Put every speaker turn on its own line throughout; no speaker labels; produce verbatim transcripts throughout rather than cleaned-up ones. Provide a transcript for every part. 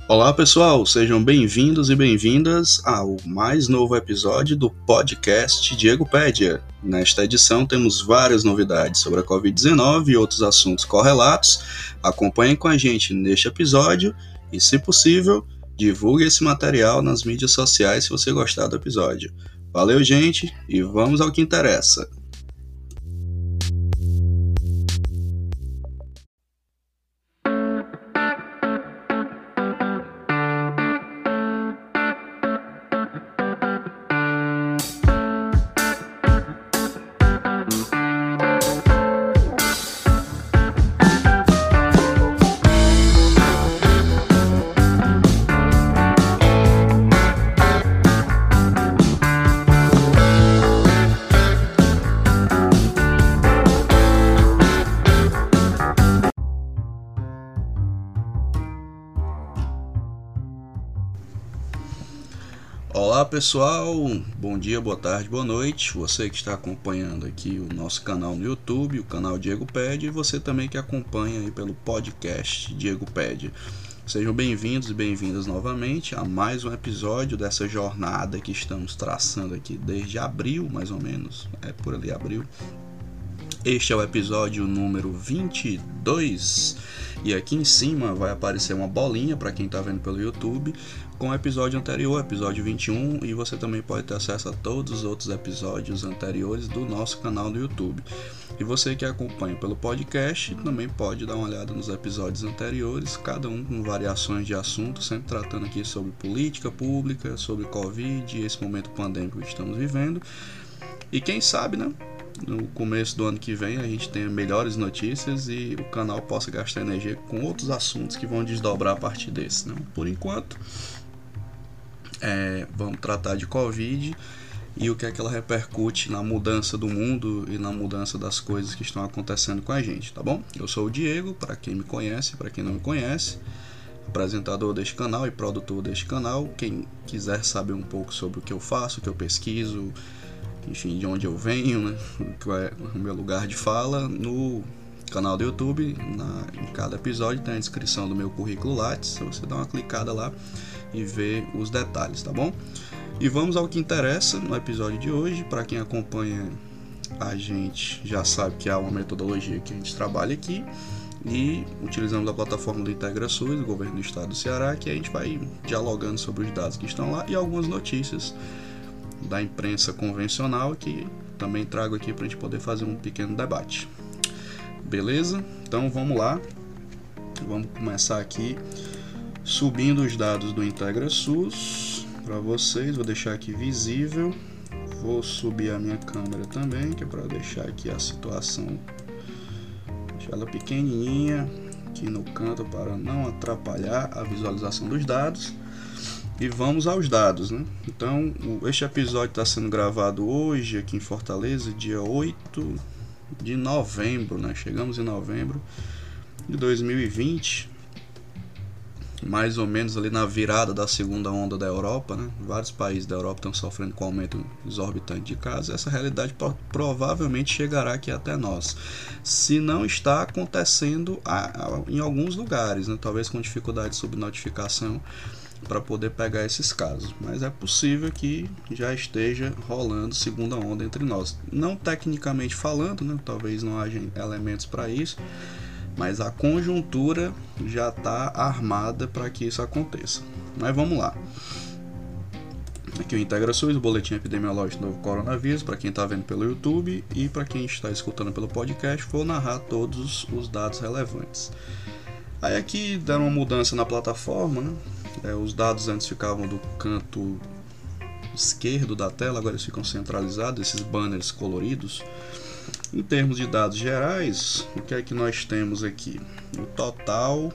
Olá pessoal, sejam bem-vindos e bem-vindas ao mais novo episódio do podcast Diegopédia. Nesta edição temos várias novidades sobre a covid dezenove e outros assuntos correlatos. Acompanhem com a gente neste episódio e, se possível, divulgue esse material nas mídias sociais se você gostar do episódio. Valeu, gente, e vamos ao que interessa. Olá pessoal, bom dia, boa tarde, boa noite. Você que está acompanhando aqui o nosso canal no YouTube, o canal Diegopédia, e você também que acompanha aí pelo podcast Diegopédia. Sejam bem-vindos e bem-vindas novamente a mais um episódio dessa jornada que estamos traçando aqui desde abril, mais ou menos, é por ali abril. Este é o episódio número vinte e dois e aqui em cima vai aparecer uma bolinha para quem está vendo pelo YouTube com o episódio anterior, episódio vinte e um, e você também pode ter acesso a todos os outros episódios anteriores do nosso canal no YouTube. E você que acompanha pelo podcast também pode dar uma olhada nos episódios anteriores, cada um com variações de assunto, sempre tratando aqui sobre política pública, sobre Covid, esse momento pandêmico que estamos vivendo. E quem sabe, né? No começo do ano que vem a gente tenha melhores notícias e o canal possa gastar energia com outros assuntos que vão desdobrar a partir desse, né? Por enquanto, é, vamos tratar de Covid e o que é que ela repercute na mudança do mundo e na mudança das coisas que estão acontecendo com a gente, tá bom? Eu sou o Diego, para quem me conhece, para quem não me conhece, apresentador deste canal e produtor deste canal. Quem quiser saber um pouco sobre o que eu faço, o que eu pesquiso, enfim, de onde eu venho, né? Qual é o meu lugar de fala, no canal do YouTube, na, em cada episódio tem a descrição do meu currículo Lattes, você dá uma clicada lá e vê os detalhes, tá bom? E vamos ao que interessa no episódio de hoje. Para quem acompanha a gente já sabe que há uma metodologia que a gente trabalha aqui e utilizamos a plataforma do IntegraSUS, do governo do estado do Ceará, que a gente vai dialogando sobre os dados que estão lá e algumas notícias da imprensa convencional que também trago aqui para a gente poder fazer um pequeno debate. Beleza? Então vamos lá. Vamos começar aqui subindo os dados do IntegraSUS para vocês. Vou deixar aqui visível. Vou subir a minha câmera também, que é para deixar aqui a situação, deixar ela pequenininha aqui no canto para não atrapalhar a visualização dos dados. E vamos aos dados, né? Então, este episódio está sendo gravado hoje aqui em Fortaleza, dia oito de novembro, né? Chegamos em novembro de dois mil e vinte, mais ou menos ali na virada da segunda onda da Europa, né? Vários países da Europa estão sofrendo com aumento exorbitante de casos. Essa realidade pro- provavelmente chegará aqui até nós, se não está acontecendo a, a, em alguns lugares, né? Talvez com dificuldade de subnotificação para poder pegar esses casos, mas é possível que já esteja rolando segunda onda entre nós. Não tecnicamente falando, né? Talvez não haja elementos para isso, mas a conjuntura já está armada para que isso aconteça. Mas vamos lá. Aqui o IntegraSUS, o boletim epidemiológico do novo coronavírus, para quem está vendo pelo YouTube, e para quem está escutando pelo podcast, vou narrar todos os dados relevantes. Aí aqui deram uma mudança na plataforma, né? É, os dados antes ficavam do canto esquerdo da tela, agora eles ficam centralizados, esses banners coloridos. Em termos de dados gerais, o que é que nós temos aqui? O total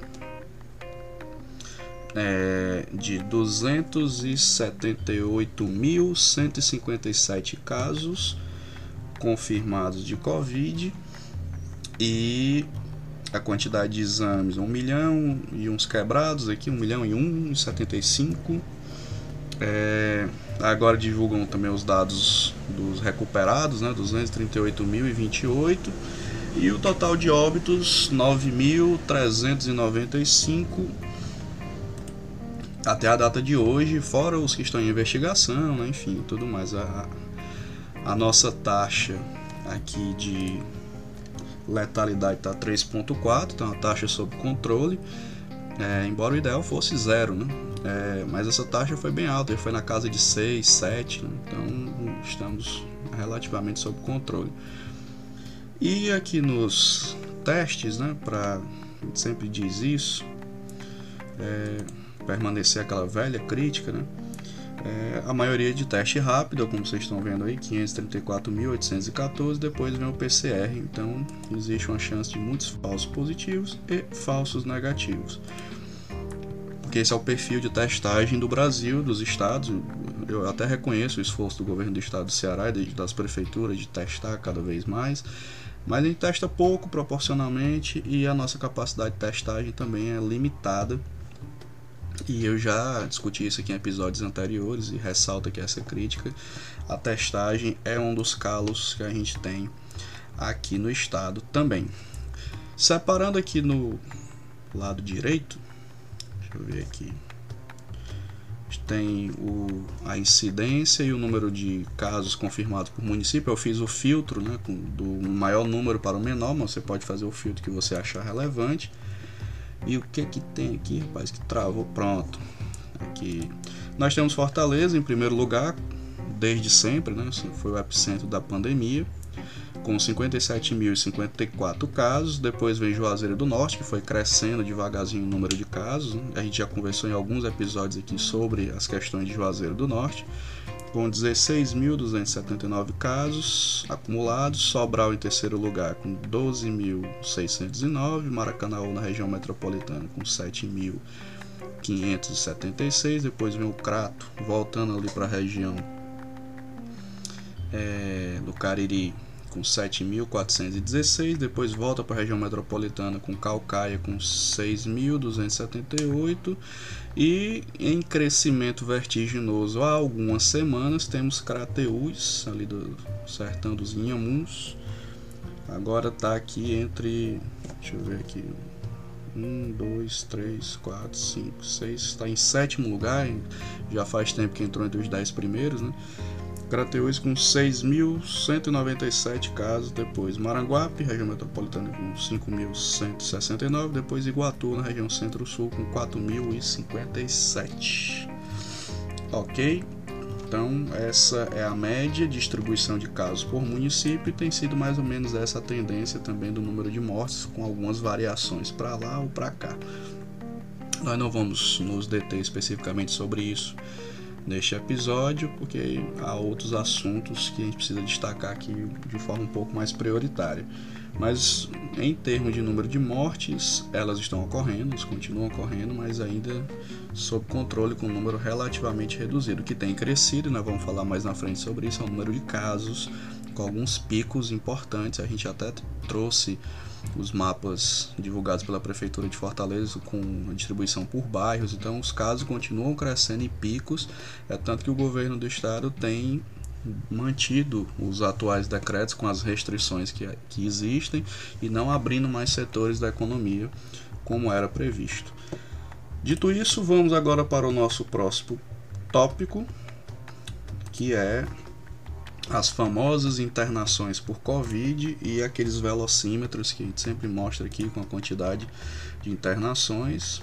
é de duzentos e setenta e oito mil cento e cinquenta e sete casos confirmados de Covid e a quantidade de exames, um milhão e uns quebrados aqui, um milhão e um, setenta e cinco. É, agora divulgam também os dados dos recuperados, né, duzentos e trinta e oito mil e vinte e oito. E o total de óbitos, nove mil trezentos e noventa e cinco. até a data de hoje, fora os que estão em investigação, né, enfim, tudo mais. A, a nossa taxa aqui de letalidade está três ponto quatro, então a taxa sob controle, é, embora o ideal fosse zero, né? É, mas essa taxa foi bem alta, foi na casa de seis, sete, né? Então estamos relativamente sob controle. E aqui nos testes, né, pra, a gente sempre diz isso, é, permanecer aquela velha crítica, né? É, a maioria de teste rápido, como vocês estão vendo aí, quinhentos e trinta e quatro mil oitocentos e quatorze, depois vem o P C R, então existe uma chance de muitos falsos positivos e falsos negativos. Porque esse é o perfil de testagem do Brasil, dos estados. Eu até reconheço o esforço do governo do estado do Ceará e das prefeituras de testar cada vez mais, mas a gente testa pouco proporcionalmente e a nossa capacidade de testagem também é limitada. E eu já discuti isso aqui em episódios anteriores e ressalto aqui essa crítica. A testagem é um dos calos que a gente tem aqui no estado também. Separando aqui no lado direito, deixa eu ver aqui, tem o, a incidência e o número de casos confirmados por município. Eu fiz o filtro, né, com, do maior número para o menor, mas você pode fazer o filtro que você achar relevante. E o que que tem aqui, rapaz, que travou? Pronto. Aqui nós temos Fortaleza em primeiro lugar, desde sempre, né? Foi o epicentro da pandemia, com cinquenta e sete mil e cinquenta e quatro casos. Depois vem Juazeiro do Norte, que foi crescendo devagarzinho o número de casos, né? A gente já conversou em alguns episódios aqui sobre as questões de Juazeiro do Norte, com dezesseis mil duzentos e setenta e nove casos acumulados. Sobral em terceiro lugar com doze mil seiscentos e nove, Maracanaú na região metropolitana com sete mil quinhentos e setenta e seis, depois vem o Crato voltando ali para a região é, do Cariri com sete mil quatrocentos e dezesseis, depois volta para a região metropolitana com Caucaia com seis mil duzentos e setenta e oito, e em crescimento vertiginoso há algumas semanas temos Crateús, ali do sertão dos Inhamuns, agora está aqui entre, deixa eu ver aqui, um, dois, três, quatro, cinco, seis, está em sétimo lugar, já faz tempo que entrou entre os dez primeiros, né? Crateús com seis mil cento e noventa e sete casos, depois Maranguape, região metropolitana com cinco mil cento e sessenta e nove, depois Iguatu na região centro-sul com quatro mil e cinquenta e sete. Ok? Então essa é a média de distribuição de casos por município e tem sido mais ou menos essa a tendência também do número de mortes, com algumas variações para lá ou para cá. Nós não vamos nos deter especificamente sobre isso neste episódio, porque há outros assuntos que a gente precisa destacar aqui de forma um pouco mais prioritária. Mas em termos de número de mortes, elas estão ocorrendo, elas continuam ocorrendo, mas ainda sob controle, com um número relativamente reduzido. O que tem crescido, e nós vamos falar mais na frente sobre isso, é o número de casos, com alguns picos importantes. A gente até trouxe os mapas divulgados pela Prefeitura de Fortaleza com a distribuição por bairros, então os casos continuam crescendo em picos, é tanto que o governo do estado tem mantido os atuais decretos com as restrições que, que existem e não abrindo mais setores da economia como era previsto. Dito isso, vamos agora para o nosso próximo tópico, que é as famosas internações por Covid e aqueles velocímetros que a gente sempre mostra aqui com a quantidade de internações.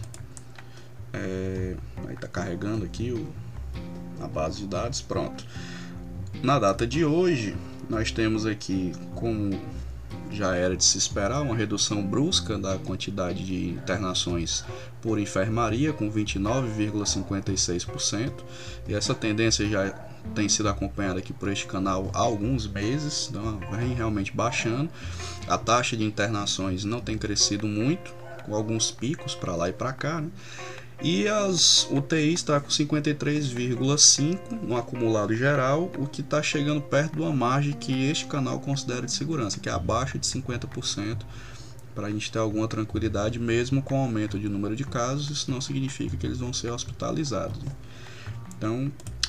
É, aí está carregando aqui o, a base de dados, pronto. Na data de hoje, nós temos aqui, como já era de se esperar, uma redução brusca da quantidade de internações por enfermaria, com vinte e nove vírgula cinquenta e seis por cento, e essa tendência já tem sido acompanhada aqui por este canal há alguns meses, então vem realmente baixando. A taxa de internações não tem crescido muito, com alguns picos para lá e para cá, né? E as U T Is está com cinquenta e três vírgula cinco no acumulado geral, o que está chegando perto de uma margem que este canal considera de segurança, que é abaixo de cinquenta por cento, para a gente ter alguma tranquilidade, mesmo com o aumento de número de casos. Isso não significa que eles vão ser hospitalizados. Então,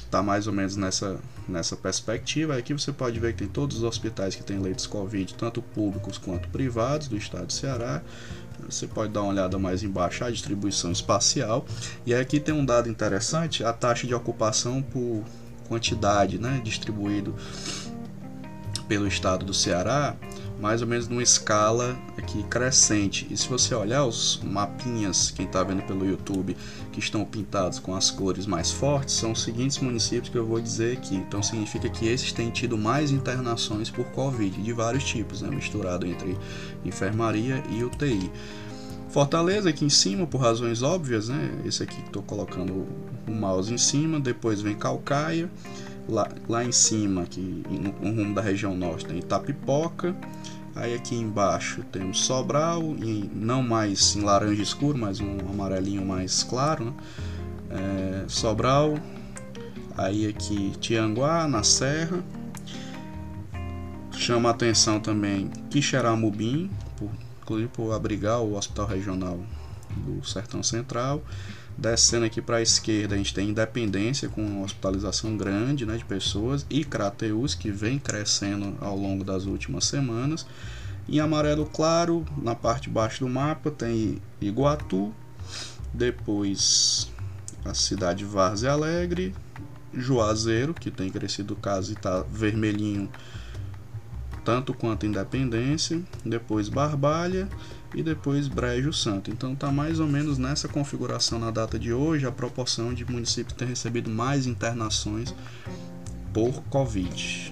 está mais ou menos nessa, nessa perspectiva. Aqui você pode ver que tem todos os hospitais que têm leitos Covid, tanto públicos quanto privados, do estado do Ceará. Você pode dar uma olhada mais embaixo, a distribuição espacial. E aqui tem um dado interessante, a taxa de ocupação por quantidade, né, distribuído pelo estado do Ceará, mais ou menos numa escala aqui crescente. E se você olhar os mapinhas, quem está vendo pelo YouTube, que estão pintados com as cores mais fortes, são os seguintes municípios que eu vou dizer aqui. Então significa que esses têm tido mais internações por Covid, de vários tipos, né? Misturado entre enfermaria e U T I. Fortaleza aqui em cima, por razões óbvias, né? Esse aqui que estou colocando o mouse em cima. Depois vem Caucaia. Lá, lá em cima, aqui no, no rumo da região norte, tem Itapipoca. Aí aqui embaixo temos Sobral, em, não mais em laranja escuro, mas um amarelinho mais claro, né? É, Sobral. Aí aqui Tianguá, na Serra. Chama a atenção também Quixeramobim, por, inclusive por abrigar o Hospital Regional do Sertão Central. Descendo aqui para a esquerda, a gente tem Independência, com uma hospitalização grande, né, de pessoas, e Crateús, que vem crescendo ao longo das últimas semanas. Em amarelo claro, na parte de baixo do mapa, tem Iguatu, depois a cidade de Várzea Alegre, Juazeiro, que tem crescido o caso e está vermelhinho tanto quanto Independência, depois Barbalha e depois Brejo Santo. Então está mais ou menos nessa configuração na data de hoje a proporção de municípios que têm recebido mais internações por Covid.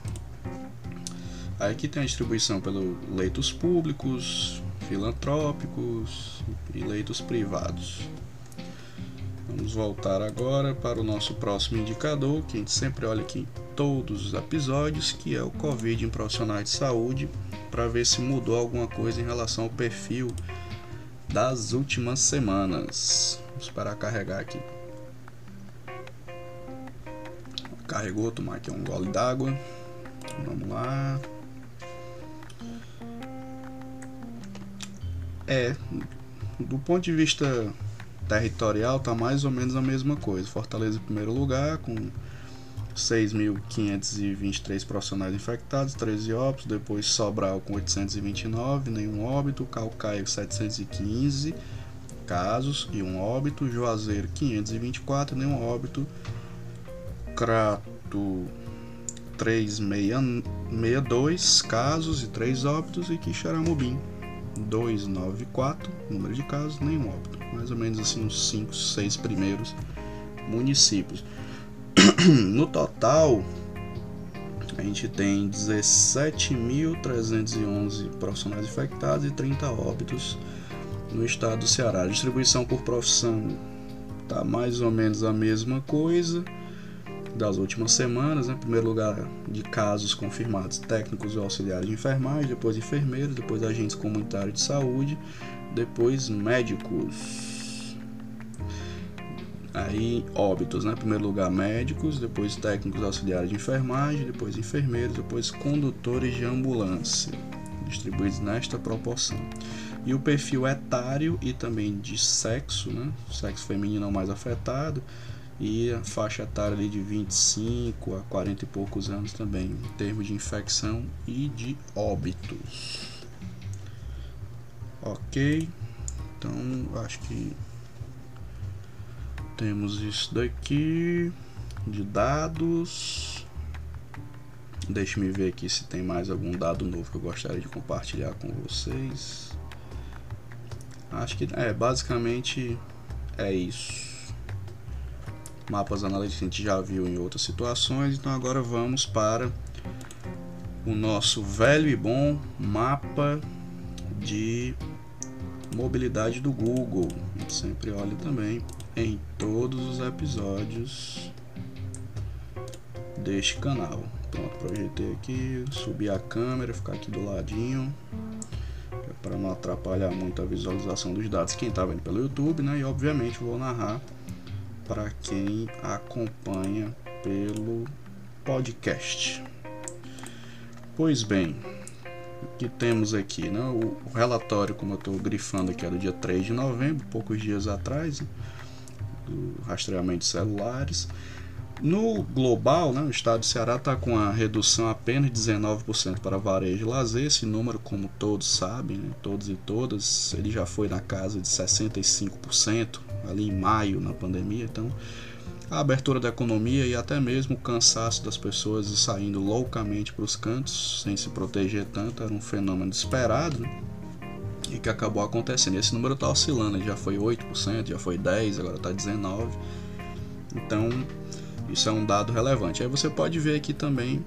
Aí aqui tem a distribuição pelos leitos públicos, filantrópicos e leitos privados. Vamos voltar agora para o nosso próximo indicador, que a gente sempre olha aqui em todos os episódios, que é o Covid em profissionais de saúde, para ver se mudou alguma coisa em relação ao perfil das últimas semanas. Vamos esperar carregar aqui. Carregou, tomar aqui um gole d'água. Vamos lá. É, do ponto de vista territorial, tá mais ou menos a mesma coisa. Fortaleza em primeiro lugar, com seis mil quinhentos e vinte e três profissionais infectados, treze óbitos. Depois Sobral com oitocentos e vinte e nove, nenhum óbito. Caucaia setecentos e quinze casos e um óbito. Juazeiro quinhentos e vinte e quatro, nenhum óbito. Crato trezentos e sessenta e dois casos e três óbitos. E Quixeramobim duzentos e noventa e quatro, número de casos, nenhum óbito. Mais ou menos assim os cinco, seis primeiros municípios. No total, a gente tem dezessete mil trezentos e onze profissionais infectados e trinta óbitos no estado do Ceará. A distribuição por profissão está mais ou menos a mesma coisa das últimas semanas, né? Em primeiro lugar de casos confirmados, técnicos e auxiliares de enfermagem, depois enfermeiros, depois agentes comunitários de saúde, depois médicos. Aí óbitos, né? Em primeiro lugar médicos, depois técnicos auxiliares de enfermagem, depois enfermeiros, depois condutores de ambulância, distribuídos nesta proporção. E o perfil etário e também de sexo, né? Sexo feminino é o mais afetado, e a faixa etária ali de vinte e cinco a quarenta e poucos anos também, em termos de infecção e de óbitos. Ok, então acho que temos isso daqui de dados. Deixe-me ver aqui se tem mais algum dado novo que eu gostaria de compartilhar com vocês. Acho que é, basicamente é isso. Mapas analíticos a gente já viu em outras situações, então agora vamos para o nosso velho e bom mapa de mobilidade do Google. A gente sempre olha também em todos os episódios deste canal. Pronto, projetei aqui, subi a câmera, ficar aqui do ladinho, para não atrapalhar muito a visualização dos dados quem está vendo pelo YouTube, né? E obviamente vou narrar para quem acompanha pelo podcast. Pois bem, o que temos aqui, né? O relatório, como eu estou grifando aqui, é do dia três de novembro, poucos dias atrás, né? Do rastreamento de celulares. No global, né, o estado do Ceará está com a redução apenas de dezenove por cento para varejo e lazer. Esse número, como todos sabem, né, todos e todas, ele já foi na casa de sessenta e cinco por cento ali em maio, na pandemia. Então, a abertura da economia e até mesmo o cansaço das pessoas saindo loucamente para os cantos, sem se proteger tanto, era um fenômeno esperado, né? E que acabou acontecendo. E esse número está oscilando, ele já foi oito por cento, já foi dez por cento, agora está dezenove por cento. Então, isso é um dado relevante. Aí você pode ver aqui também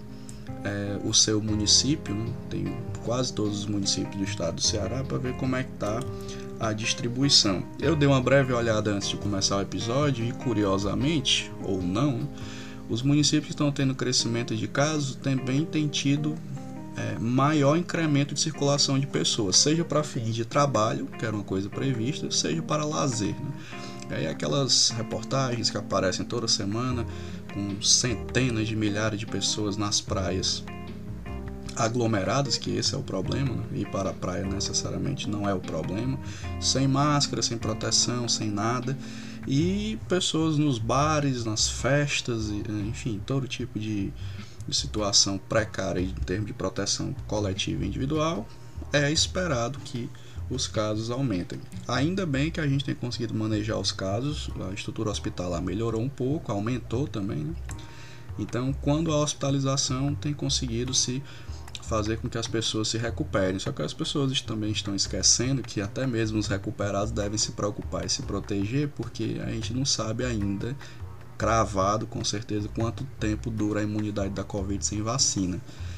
é, o seu município, né? Tem quase todos os municípios do estado do Ceará, para ver como é que está a distribuição. Eu dei uma breve olhada antes de começar o episódio e, curiosamente, ou não, os municípios que estão tendo crescimento de casos também têm tido é, maior incremento de circulação de pessoas, seja para fins de trabalho, que era uma coisa prevista, seja para lazer, né? E aí aquelas reportagens que aparecem toda semana com centenas de milhares de pessoas nas praias aglomeradas, que esse é o problema, né? Ir para a praia necessariamente não é o problema, sem máscara, sem proteção, sem nada, e pessoas nos bares, nas festas, enfim, todo tipo de, de situação precária em termos de proteção coletiva e individual. É esperado que os casos aumentem. Ainda bem que a gente tem conseguido manejar os casos, a estrutura hospitalar melhorou um pouco, aumentou também, né? Então, quando a hospitalização tem conseguido se fazer com que as pessoas se recuperem. Só que as pessoas também estão esquecendo que até mesmo os recuperados devem se preocupar e se proteger, porque a gente não sabe ainda, cravado com certeza, quanto tempo dura a imunidade da Covid sem vacina.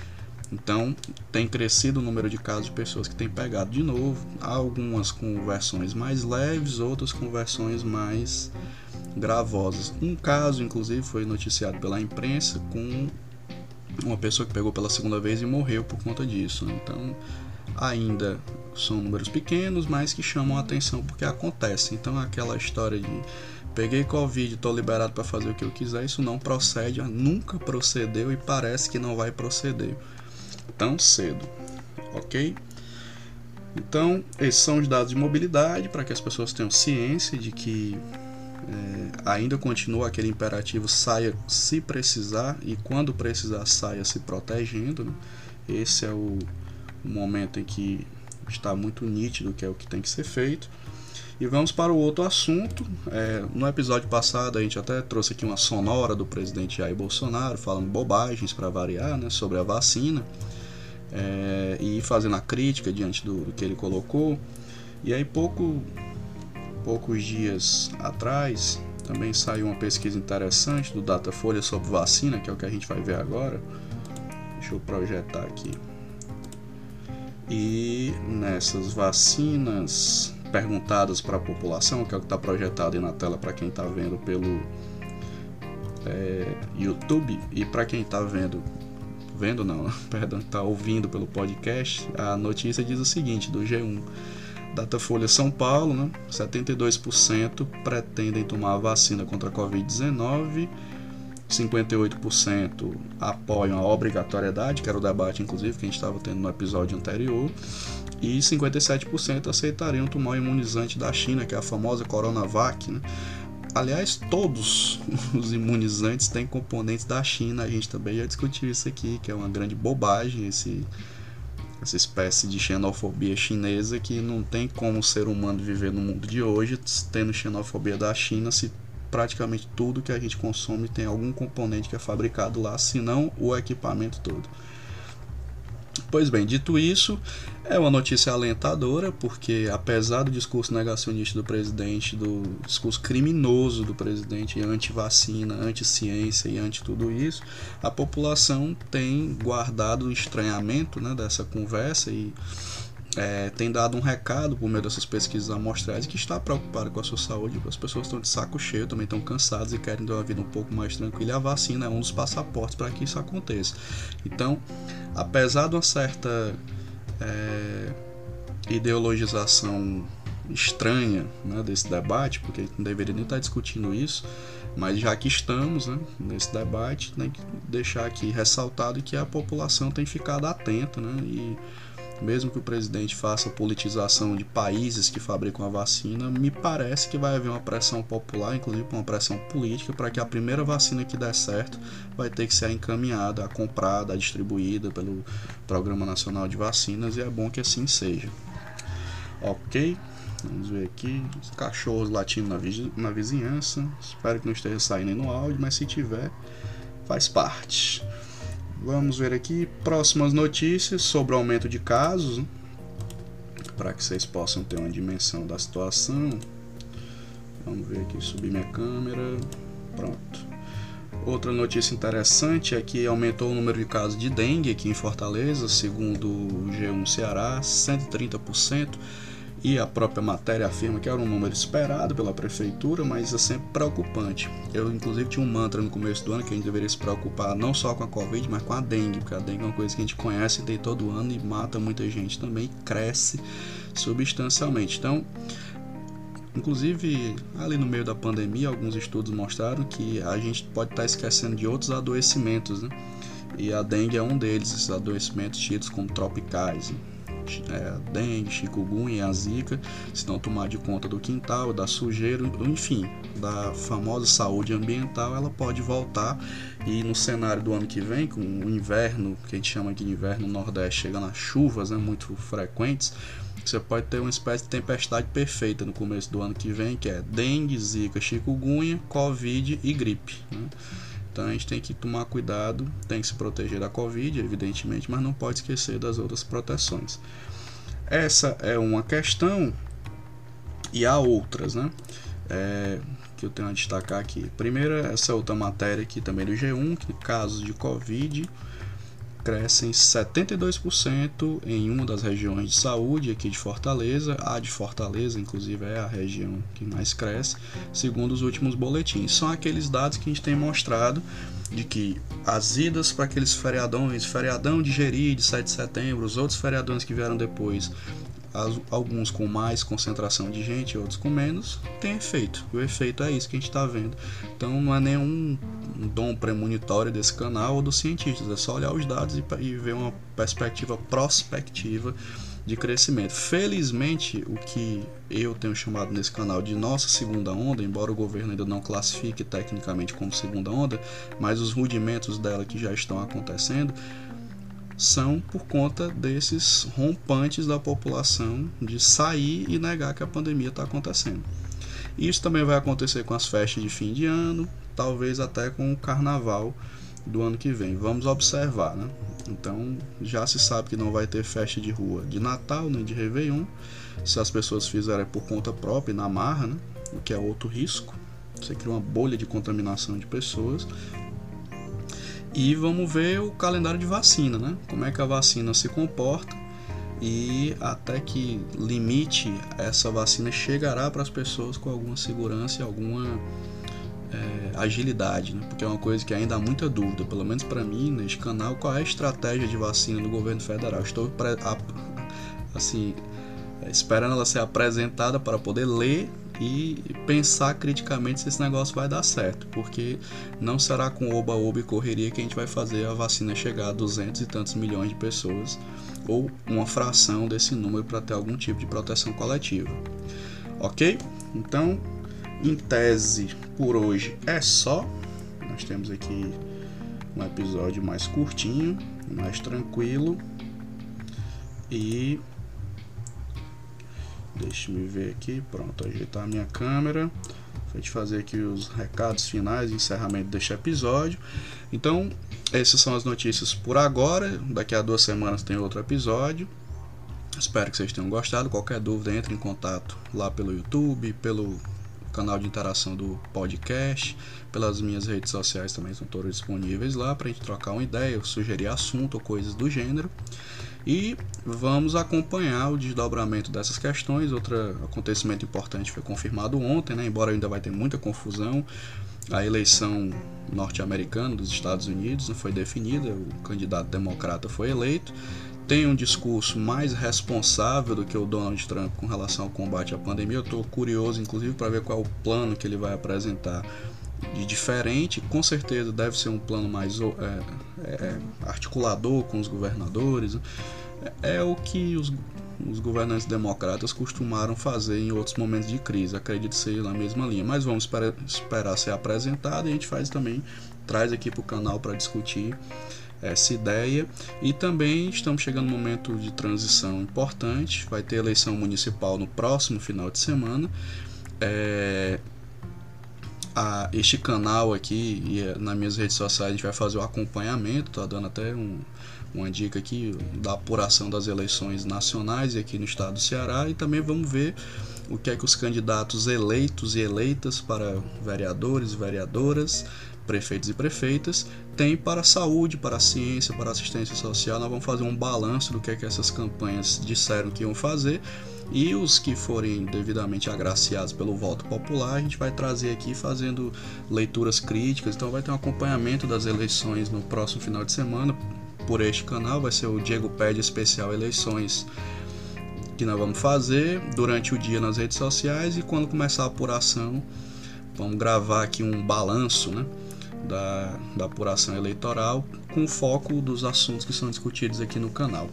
Então, tem crescido o número de casos de pessoas que têm pegado de novo, algumas com versões mais leves, outras com versões mais gravosas. Um caso, inclusive, foi noticiado pela imprensa com uma pessoa que pegou pela segunda vez e morreu por conta disso. Então, ainda são números pequenos, mas que chamam a atenção porque acontece. Então, aquela história de peguei Covid, estou liberado para fazer o que eu quiser, isso não procede, nunca procedeu e parece que não vai proceder tão cedo, ok? Então, esses são os dados de mobilidade, para que as pessoas tenham ciência de que é, ainda continua aquele imperativo: saia se precisar, e quando precisar saia se protegendo, né? Esse é o, o momento em que está muito nítido que é o que tem que ser feito. E vamos para o outro assunto. É, no episódio passado a gente até trouxe aqui uma sonora do presidente Jair Bolsonaro falando bobagens para variar, né, sobre a vacina, é, e fazendo a crítica diante do, do que ele colocou. E aí pouco, poucos dias atrás também saiu uma pesquisa interessante do Datafolha sobre vacina, que é o que a gente vai ver agora. Deixa eu projetar aqui. E nessas vacinas perguntadas para a população, que é o que está projetado aí na tela para quem está vendo pelo é, YouTube, e para quem está vendo, vendo não, perdão, está ouvindo pelo podcast, a notícia diz o seguinte, do G um, Datafolha São Paulo, né, setenta e dois por cento pretendem tomar a vacina contra a covid dezenove, cinquenta e oito por cento apoiam a obrigatoriedade, que era o debate inclusive que a gente estava tendo no episódio anterior, e cinquenta e sete por cento aceitariam tomar o imunizante da China, que é a famosa Coronavac, né? Aliás, todos os imunizantes têm componentes da China, a gente também já discutiu isso aqui, que é uma grande bobagem, esse, essa espécie de xenofobia chinesa, que não tem como o ser humano viver no mundo de hoje tendo xenofobia da China, se praticamente tudo que a gente consome tem algum componente que é fabricado lá, se não o equipamento todo. Pois bem, dito isso, é uma notícia alentadora, porque apesar do discurso negacionista do presidente, do discurso criminoso do presidente anti-vacina, anti-ciência e anti-tudo isso, a população tem guardado o estranhamento, né, dessa conversa e é, tem dado um recado por meio dessas pesquisas amostrais que está preocupada com a sua saúde. As pessoas estão de saco cheio, também estão cansadas e querem ter uma vida um pouco mais tranquila, e a vacina é um dos passaportes para que isso aconteça. Então, apesar de uma certa é, ideologização estranha, né, desse debate, porque a gente não deveria nem estar discutindo isso, mas já que estamos, né, nesse debate, tem que deixar aqui ressaltado que a população tem ficado atenta, né, e mesmo que o presidente faça politização de países que fabricam a vacina, me parece que vai haver uma pressão popular, inclusive uma pressão política, para que a primeira vacina que der certo vai ter que ser encaminhada, comprada, distribuída pelo Programa Nacional de Vacinas, e é bom que assim seja. Ok? Vamos ver aqui, os cachorros latindo na, na vizinhança, espero que não esteja saindo aí no áudio, mas se tiver, faz parte. Vamos ver aqui próximas notícias sobre o aumento de casos, né? Para que vocês possam ter uma dimensão da situação. Vamos ver aqui, subir minha câmera. Pronto. Outra notícia interessante é que aumentou o número de casos de dengue aqui em Fortaleza, segundo o G um Ceará, cento e trinta por cento. E a própria matéria afirma que era um número esperado pela prefeitura, mas é sempre preocupante. Eu, inclusive, tinha um mantra no começo do ano que a gente deveria se preocupar não só com a Covid, mas com a dengue, porque a dengue é uma coisa que a gente conhece e tem todo ano e mata muita gente também, cresce substancialmente. Então, inclusive, ali no meio da pandemia, alguns estudos mostraram que a gente pode estar esquecendo de outros adoecimentos, né? E a dengue é um deles, esses adoecimentos tidos como tropicais, né? É, dengue, chikungunya e a zika, se não tomar de conta do quintal, da sujeira, enfim, da famosa saúde ambiental, ela pode voltar. E no cenário do ano que vem, com o inverno, que a gente chama aqui de inverno no Nordeste, chegando as chuvas, né, muito frequentes, você pode ter uma espécie de tempestade perfeita no começo do ano que vem, que é dengue, zika, chikungunya, covid e gripe, né? Então a gente tem que tomar cuidado, tem que se proteger da Covid, evidentemente, mas não pode esquecer das outras proteções. Essa é uma questão, e há outras, né? É, que eu tenho a destacar aqui. Primeiro, essa outra matéria aqui também do G um, que casos de Covid crescem setenta e dois por cento em uma das regiões de saúde aqui de Fortaleza. A de Fortaleza, inclusive, é a região que mais cresce, segundo os últimos boletins. São aqueles dados que a gente tem mostrado de que as idas para aqueles feriadões, feriadão de Jeri, de sete de setembro, os outros feriadões que vieram depois, alguns com mais concentração de gente, outros com menos, tem efeito. E o efeito é isso que a gente está vendo. Então não é nenhum dom premonitório desse canal ou dos cientistas, é só olhar os dados e, e ver uma perspectiva prospectiva de crescimento. Felizmente, o que eu tenho chamado nesse canal de nossa segunda onda, embora o governo ainda não classifique tecnicamente como segunda onda, mas os rudimentos dela que já estão acontecendo são por conta desses rompantes da população de sair e negar que a pandemia está acontecendo. Isso também vai acontecer com as festas de fim de ano, talvez até com o carnaval do ano que vem. Vamos observar, né? Então, já se sabe que não vai ter festa de rua de Natal nem de Réveillon, se as pessoas fizerem por conta própria, na marra, né? O que é outro risco. Você cria uma bolha de contaminação de pessoas. E vamos ver o calendário de vacina, né? Como é que a vacina se comporta e até que limite essa vacina chegará para as pessoas com alguma segurança e alguma é, agilidade, né? Porque é uma coisa que ainda há muita dúvida, pelo menos para mim, neste canal, qual é a estratégia de vacina do governo federal. Estou assim, esperando ela ser apresentada para poder ler e pensar criticamente se esse negócio vai dar certo, porque não será com oba-oba e correria que a gente vai fazer a vacina chegar a duzentos e tantos milhões de pessoas, ou uma fração desse número para ter algum tipo de proteção coletiva. Ok? Então, em tese, por hoje é só. Nós temos aqui um episódio mais curtinho, mais tranquilo, e deixa eu ver aqui, pronto, ajeitar a minha câmera pra gente fazer aqui os recados finais e encerramento deste episódio. Então, essas são as notícias por agora. Daqui a duas semanas tem outro episódio. Espero que vocês tenham gostado. Qualquer dúvida, entre em contato lá pelo YouTube, pelo canal de interação do podcast, pelas minhas redes sociais também estão todas disponíveis lá pra gente trocar uma ideia, sugerir assunto ou coisas do gênero. E vamos acompanhar o desdobramento dessas questões. Outro acontecimento importante foi confirmado ontem, né? Embora ainda vai ter muita confusão, a eleição norte-americana dos Estados Unidos não foi definida, o candidato democrata foi eleito, tem um discurso mais responsável do que o Donald Trump com relação ao combate à pandemia. Eu estou curioso, inclusive, para ver qual é o plano que ele vai apresentar de diferente. Com certeza deve ser um plano mais é, é, articulador com os governadores, É o que os, os governantes democratas costumaram fazer em outros momentos de crise, acredito ser na mesma linha, mas vamos esperar, esperar ser apresentado e a gente faz também, traz aqui para o canal para discutir essa ideia. E também estamos chegando num momento de transição importante, vai ter eleição municipal no próximo final de semana. É, a, este canal aqui e nas minhas redes sociais a gente vai fazer o acompanhamento, tá dando até um, uma dica aqui da apuração das eleições nacionais e aqui no estado do Ceará, e também vamos ver o que é que os candidatos eleitos e eleitas para vereadores e vereadoras, prefeitos e prefeitas têm para a saúde, para a ciência, para a assistência social. Nós vamos fazer um balanço do que é que essas campanhas disseram que iam fazer, e os que forem devidamente agraciados pelo voto popular a gente vai trazer aqui fazendo leituras críticas. Então vai ter um acompanhamento das eleições no próximo final de semana por este canal, vai ser o Diego Pede Especial Eleições, que nós vamos fazer durante o dia nas redes sociais, e quando começar a apuração vamos gravar aqui um balanço, né, da, da apuração eleitoral, com foco dos assuntos que são discutidos aqui no canal.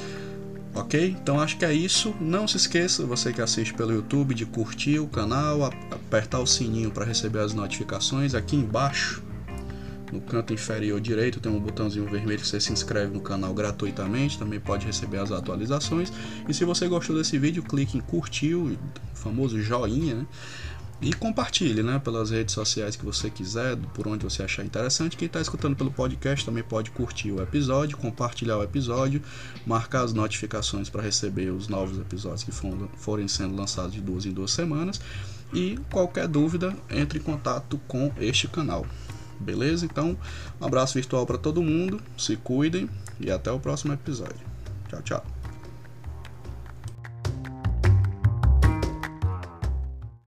Ok? Então acho que é isso. Não se esqueça, você que assiste pelo YouTube, de curtir o canal, apertar o sininho para receber as notificações. Aqui embaixo, no canto inferior direito, tem um botãozinho vermelho que você se inscreve no canal gratuitamente, também pode receber as atualizações. E se você gostou desse vídeo, clique em curtir, o famoso joinha, né? E compartilhe, né, pelas redes sociais que você quiser, por onde você achar interessante. Quem está escutando pelo podcast também pode curtir o episódio, compartilhar o episódio, marcar as notificações para receber os novos episódios que forem sendo lançados de duas em duas semanas. E qualquer dúvida, entre em contato com este canal. Beleza? Então, um abraço virtual para todo mundo, se cuidem e até o próximo episódio. Tchau, tchau.